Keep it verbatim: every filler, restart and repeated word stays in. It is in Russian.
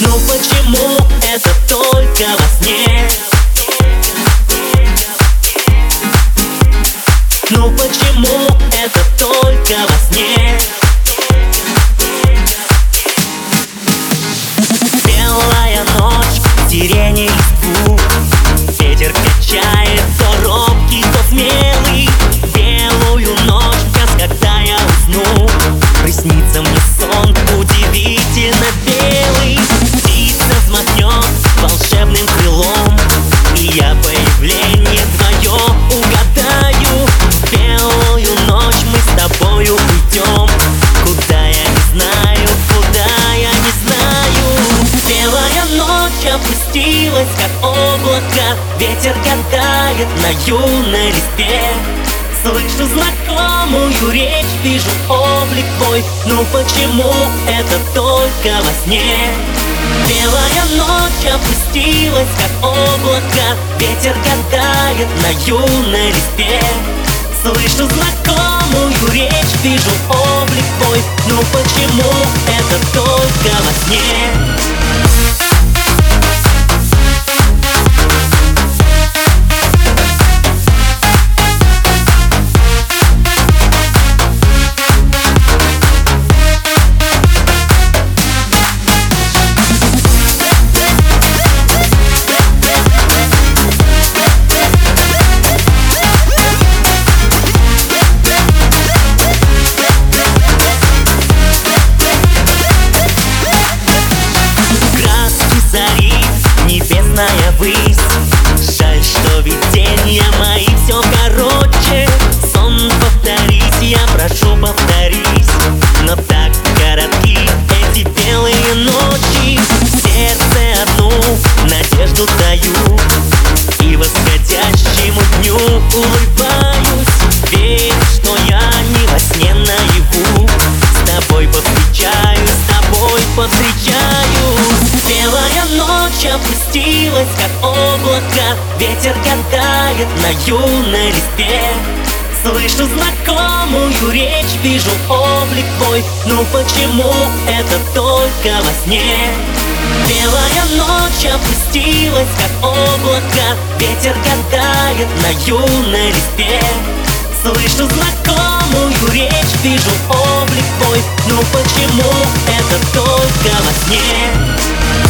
Ну почему это только во сне? Ну почему это только во сне? Белая ночь, сирени листву, ветер качает то робкий, то смелый. Белую ночь, час, когда я усну, приснится мне сон удивительно белый. Птица взмахнет волшебным крылом, и я появление твое угадаю. В белую ночь мы с тобою уйдем, куда я не знаю, куда я не знаю. Белая ночь опустилась, как облако, ветер гадает на юной листве. Слышу знакомую речь, вижу облик твой. Ну почему это только во сне? Белая ночь опустилась, как облако, ветер гадает на юной листве. Слышу знакомую речь, вижу облик твой. Ну почему это только во сне? Небесная высь, жаль, что видения мои все короче. Сон повторись, я прошу, повторись, но так коротки эти белые ночи. В сердце одну надежду даю, и восходящему дню улыбаюсь. Верь, что я не во сне наяву, с тобой повстречаюсь, с тобой повстречаюсь. Белая ночь опустилась, как облако, ветер гадает на юной листве. Слышу знакомую речь, вижу облик твой. Ну почему это только во сне? Белая ночь опустилась, как облако, ветер гадает на юной листве. Слышу знакомую речь, вижу облик твой. Ну почему это только во сне?